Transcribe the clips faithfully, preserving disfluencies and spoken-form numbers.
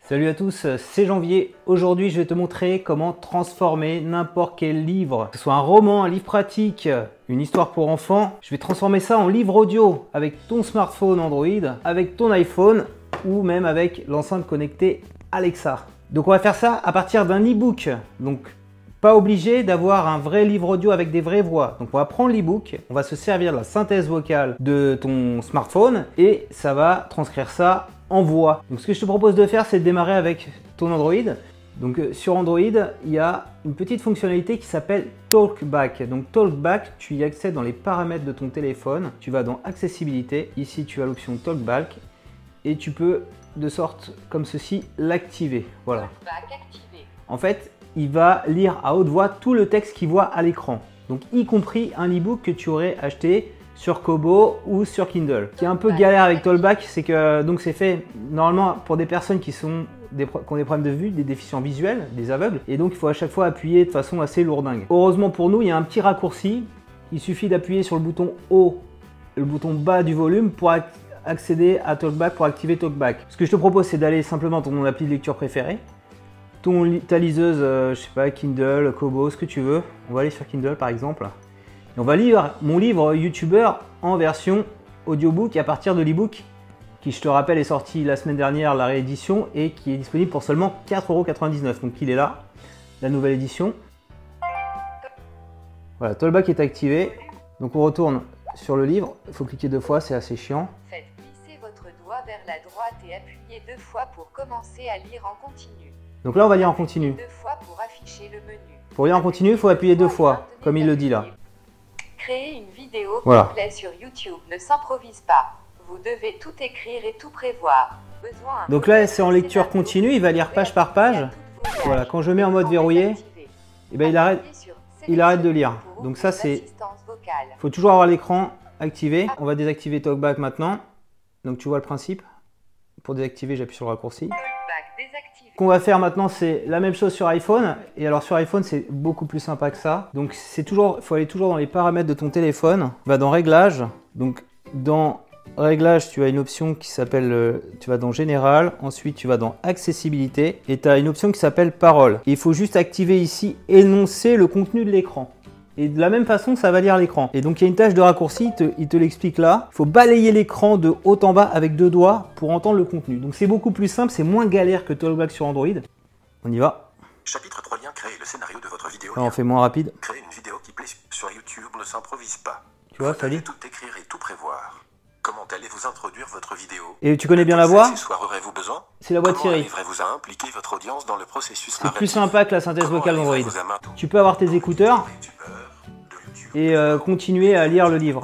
Salut à tous, c'est Janvier. Aujourd'hui, je vais te montrer comment transformer n'importe quel livre, que ce soit un roman, un livre pratique, une histoire pour enfants. Je vais transformer ça en livre audio avec ton smartphone Android, avec ton iPhone ou même avec l'enceinte connectée Alexa. Donc on va faire ça à partir d'un e-book. Donc pas obligé d'avoir un vrai livre audio avec des vraies voix. Donc on va prendre l'e-book, on va se servir de la synthèse vocale de ton smartphone et ça va transcrire ça en voix. Donc ce que je te propose de faire, c'est de démarrer avec ton Android. Donc euh, sur Android, il y a une petite fonctionnalité qui s'appelle Talkback. Donc Talkback, tu y accèdes dans les paramètres de ton téléphone. Tu vas dans Accessibilité. Ici, tu as l'option Talkback et tu peux, de sorte comme ceci, l'activer. Voilà. Talkback activé. En fait, il va lire à haute voix tout le texte qu'il voit à l'écran. Donc y compris un e-book que tu aurais acheté sur Kobo ou sur Kindle. Ce qui est un peu galère avec Talkback, c'est que donc c'est fait normalement pour des personnes qui, sont des, qui ont des problèmes de vue, des déficients visuels, des aveugles, et donc il faut à chaque fois appuyer de façon assez lourdingue. Heureusement pour nous, il y a un petit raccourci. Il suffit d'appuyer sur le bouton haut, le bouton bas du volume pour accéder à Talkback, pour activer Talkback. Ce que je te propose, c'est d'aller simplement dans ton appli de lecture préférée, ton, ta liseuse, euh, je sais pas, Kindle, Kobo, ce que tu veux. On va aller sur Kindle par exemple. Et on va lire mon livre YouTuber en version audiobook à partir de l'e-book qui, je te rappelle, est sorti la semaine dernière, la réédition, et qui est disponible pour seulement quatre euros quatre-vingt-dix-neuf. Donc il est là, la nouvelle édition. Voilà, Talkback est activé. Donc on retourne sur le livre. Il faut cliquer deux fois, c'est assez chiant. Faites glisser votre doigt vers la droite et appuyez deux fois pour commencer à lire en continu. Donc là, on va lire en continu. Deux fois pour afficher le menu. Pour lire en continu, il faut appuyer deux fois, comme il le dit là. Créer une vidéo voilà. complète sur YouTube ne s'improvise pas. Vous devez tout écrire et tout prévoir. Besoin Donc là, c'est en lecture continue, il va lire page par page. Voilà, quand je mets en mode verrouillé, et ben il arrête, il arrête de lire. Donc ça, c'est... Il faut toujours avoir l'écran activé. On va désactiver Talkback maintenant. Donc tu vois le principe. Pour désactiver, j'appuie sur le raccourci. Ce qu'on va faire maintenant, c'est la même chose sur iPhone. Et alors sur iPhone, c'est beaucoup plus sympa que ça. Donc c'est toujours, il faut aller toujours dans les paramètres de ton téléphone. Va dans Réglages. Donc dans Réglages, tu as une option qui s'appelle, tu vas dans Général. Ensuite, tu vas dans Accessibilité. Et tu as une option qui s'appelle Paroles. Et il faut juste activer ici, énoncer le contenu de l'écran. Et de la même façon, ça va lire l'écran. Et donc, il y a une tâche de raccourci, il te, il te l'explique là. Il faut balayer l'écran de haut en bas avec deux doigts pour entendre le contenu. Donc, c'est beaucoup plus simple, c'est moins galère que Talkback sur Android. On y va. Chapitre trois, lien, créer le scénario de votre vidéo. Là, on fait moins rapide. Créer une vidéo qui plaît sur YouTube ne s'improvise pas. Tu vois, ça lit. Tout écrire et tout prévoir. Comment allez-vous introduire votre vidéo? Et tu connais bien la voix? C'est la voix de Siri. C'est plus sympa que la synthèse vocale d'Android. Tu peux avoir tes écouteurs et euh, continuer à lire le livre.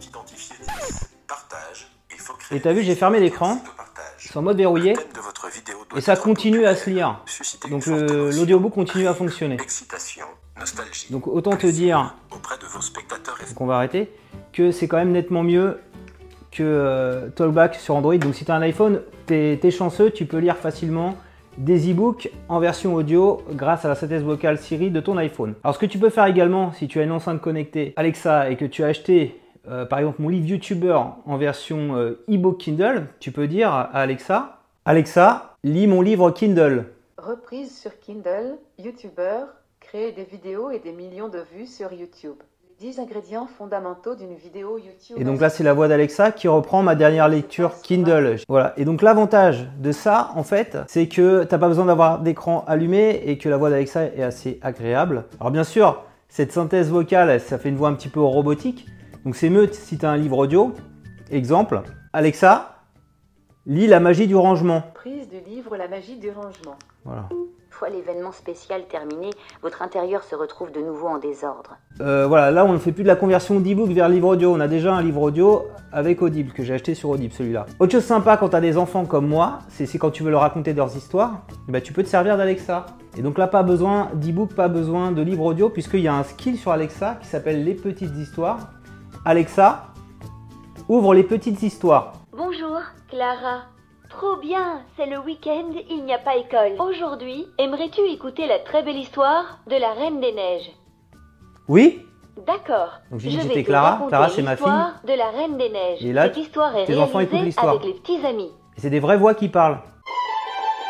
Et t'as vu, j'ai fermé l'écran, c'est en mode verrouillé, et ça continue à se lire. Donc l'audiobook continue à fonctionner. Donc autant te dire, qu'on va arrêter, que c'est quand même nettement mieux que euh, Talkback sur Android. Donc si tu as un iPhone, t'es es chanceux, tu peux lire facilement des e-books en version audio grâce à la synthèse vocale Siri de ton iPhone. Alors ce que tu peux faire également, si tu as une enceinte connectée Alexa et que tu as acheté euh, par exemple mon livre YouTuber en version euh, e-book Kindle, tu peux dire à Alexa, Alexa, lis mon livre Kindle. Reprise sur Kindle, YouTuber, créer des vidéos et des millions de vues sur YouTube. dix ingrédients fondamentaux d'une vidéo YouTube. Et donc là, c'est la voix d'Alexa qui reprend ma dernière lecture Kindle. Voilà. Et donc l'avantage de ça, en fait, c'est que tu n'as pas besoin d'avoir d'écran allumé et que la voix d'Alexa est assez agréable. Alors bien sûr, cette synthèse vocale, ça fait une voix un petit peu robotique. Donc c'est mieux si tu as un livre audio. Exemple, Alexa, lis La magie du rangement. Prise du livre La magie du rangement. Voilà. Une fois l'événement spécial terminé, votre intérieur se retrouve de nouveau en désordre. Euh, voilà, là on ne fait plus de la conversion d'e-book vers livre audio. On a déjà un livre audio avec Audible que j'ai acheté sur Audible, celui-là. Autre chose sympa quand tu as des enfants comme moi, c'est quand tu veux leur raconter leurs histoires, eh ben, tu peux te servir d'Alexa. Et donc là, pas besoin d'e-book, pas besoin de livre audio, puisqu'il y a un skill sur Alexa qui s'appelle les petites histoires. Alexa, ouvre les petites histoires. Bonjour, Clara. Trop bien, c'est le week-end, il n'y a pas école. Aujourd'hui, aimerais-tu écouter la très belle histoire de la Reine des Neiges? Oui. D'accord. Donc j'ai dit que j'étais Clara. Clara, c'est ma fille. De la Reine des Neiges. Et là, cette histoire est tes enfants écoutent réalisée l'histoire. avec les petits amis. Et c'est des vraies voix qui parlent.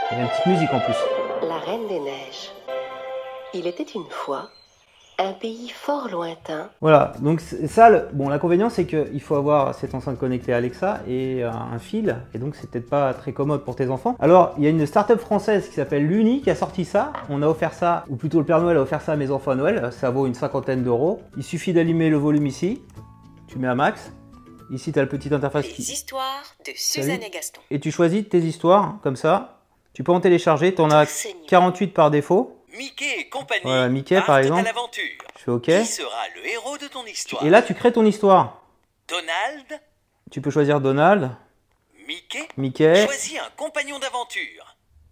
Il y a une petite musique en plus. La Reine des Neiges. Il était une fois un pays fort lointain. Voilà, donc ça, le, bon, l'inconvénient c'est qu'il faut avoir cette enceinte connectée Alexa et un, un fil, et donc c'est peut-être pas très commode pour tes enfants. Alors, il y a une start-up française qui s'appelle Luni qui a sorti ça. On a offert ça, ou plutôt le Père Noël a offert ça à mes enfants à Noël. Ça vaut une cinquantaine d'euros. Il suffit d'allumer le volume ici. Tu mets à max. Ici, tu as le petit interface Les qui... histoires de Suzanne et Gaston. Et tu choisis tes histoires, comme ça. Tu peux en télécharger, tu en as quarante-huit par défaut. Mickey et compagnie. Voilà, Mickey par exemple. Je fais OK. Qui sera le héros de ton histoire? Et là, tu crées ton histoire. Donald. Tu peux choisir Donald. Mickey. Mickey. Choisis un compagnon d'aventure.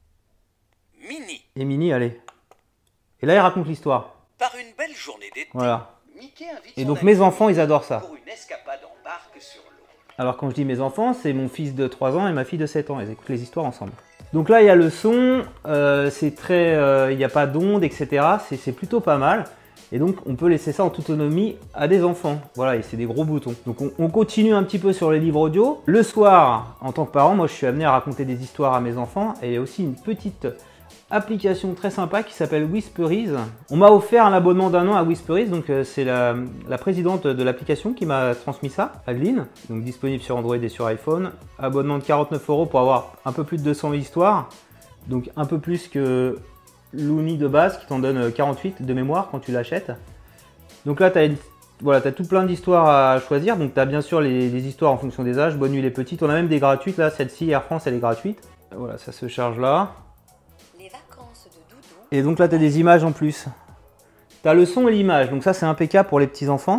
Minnie. Et Minnie, allez. Et là, il raconte l'histoire. Par une belle journée d'été. Voilà. Mickey invite Et son donc ami mes enfants, ils adorent ça. pour une escapade en barque sur l'eau. Alors quand je dis mes enfants, c'est mon fils de trois ans et ma fille de sept ans. Ils écoutent les histoires ensemble. Donc là, il y a le son, euh, c'est très, euh, il n'y a pas d'ondes, et cetera. C'est plutôt pas mal. Et donc, on peut laisser ça en toute autonomie à des enfants. Voilà, et c'est des gros boutons. Donc, on, on continue un petit peu sur les livres audio. Le soir, en tant que parent, moi, je suis amené à raconter des histoires à mes enfants. Et il y a aussi une petite application très sympa qui s'appelle Whisperies. On m'a offert un abonnement d'un an à Whisperies. Donc, euh, c'est la, la présidente de l'application qui m'a transmis ça, Adeline. Donc, disponible sur Android et sur iPhone. Abonnement de quarante-neuf euros pour avoir un peu plus de deux cents histoires. Donc, un peu plus que Luni de base qui t'en donne quarante-huit de mémoire quand tu l'achètes. Donc là, tu as, voilà, tu as tout plein d'histoires à choisir. Donc tu as bien sûr les, les histoires en fonction des âges, bonne nuit les petites. On a même des gratuites. Là, celle-ci, Air France, elle est gratuite. Voilà, ça se charge là. Les vacances de Doudou. Et donc là, tu as des images en plus. Tu as le son et l'image. Donc ça, c'est impeccable pour les petits-enfants.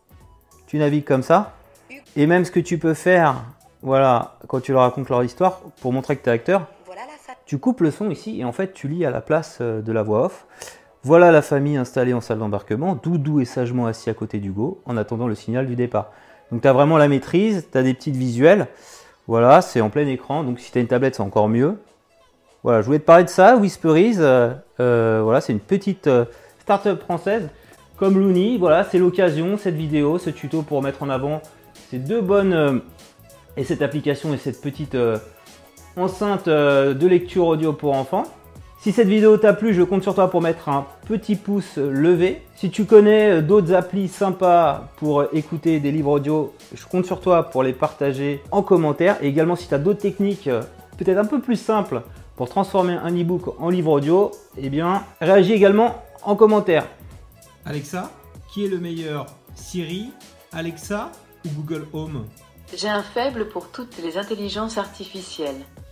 Tu navigues comme ça. Et même ce que tu peux faire, voilà, quand tu leur racontes leur histoire, pour montrer que tu es acteur, tu coupes le son ici et en fait tu lis à la place de la voix off. Voilà la famille installée en salle d'embarquement. Doudou est sagement assis à côté d'Hugo en attendant le signal du départ. Donc tu as vraiment la maîtrise, tu as des petites visuels. Voilà, c'est en plein écran. Donc si tu as une tablette, c'est encore mieux. Voilà, je voulais te parler de ça. Whisperies, euh, euh, voilà, c'est une petite euh, start-up française comme Luni. Voilà, c'est l'occasion, cette vidéo, ce tuto pour mettre en avant ces deux bonnes euh, et cette application et cette petite euh, enceinte de lecture audio pour enfants. Si cette vidéo t'a plu, je compte sur toi pour mettre un petit pouce levé. Si tu connais d'autres applis sympas pour écouter des livres audio, je compte sur toi pour les partager en commentaire. Et également si tu as d'autres techniques peut-être un peu plus simples pour transformer un e-book en livre audio, eh bien réagis également en commentaire. Alexa, qui est le meilleur, Siri, Alexa ou Google Home? J'ai un faible pour toutes les intelligences artificielles.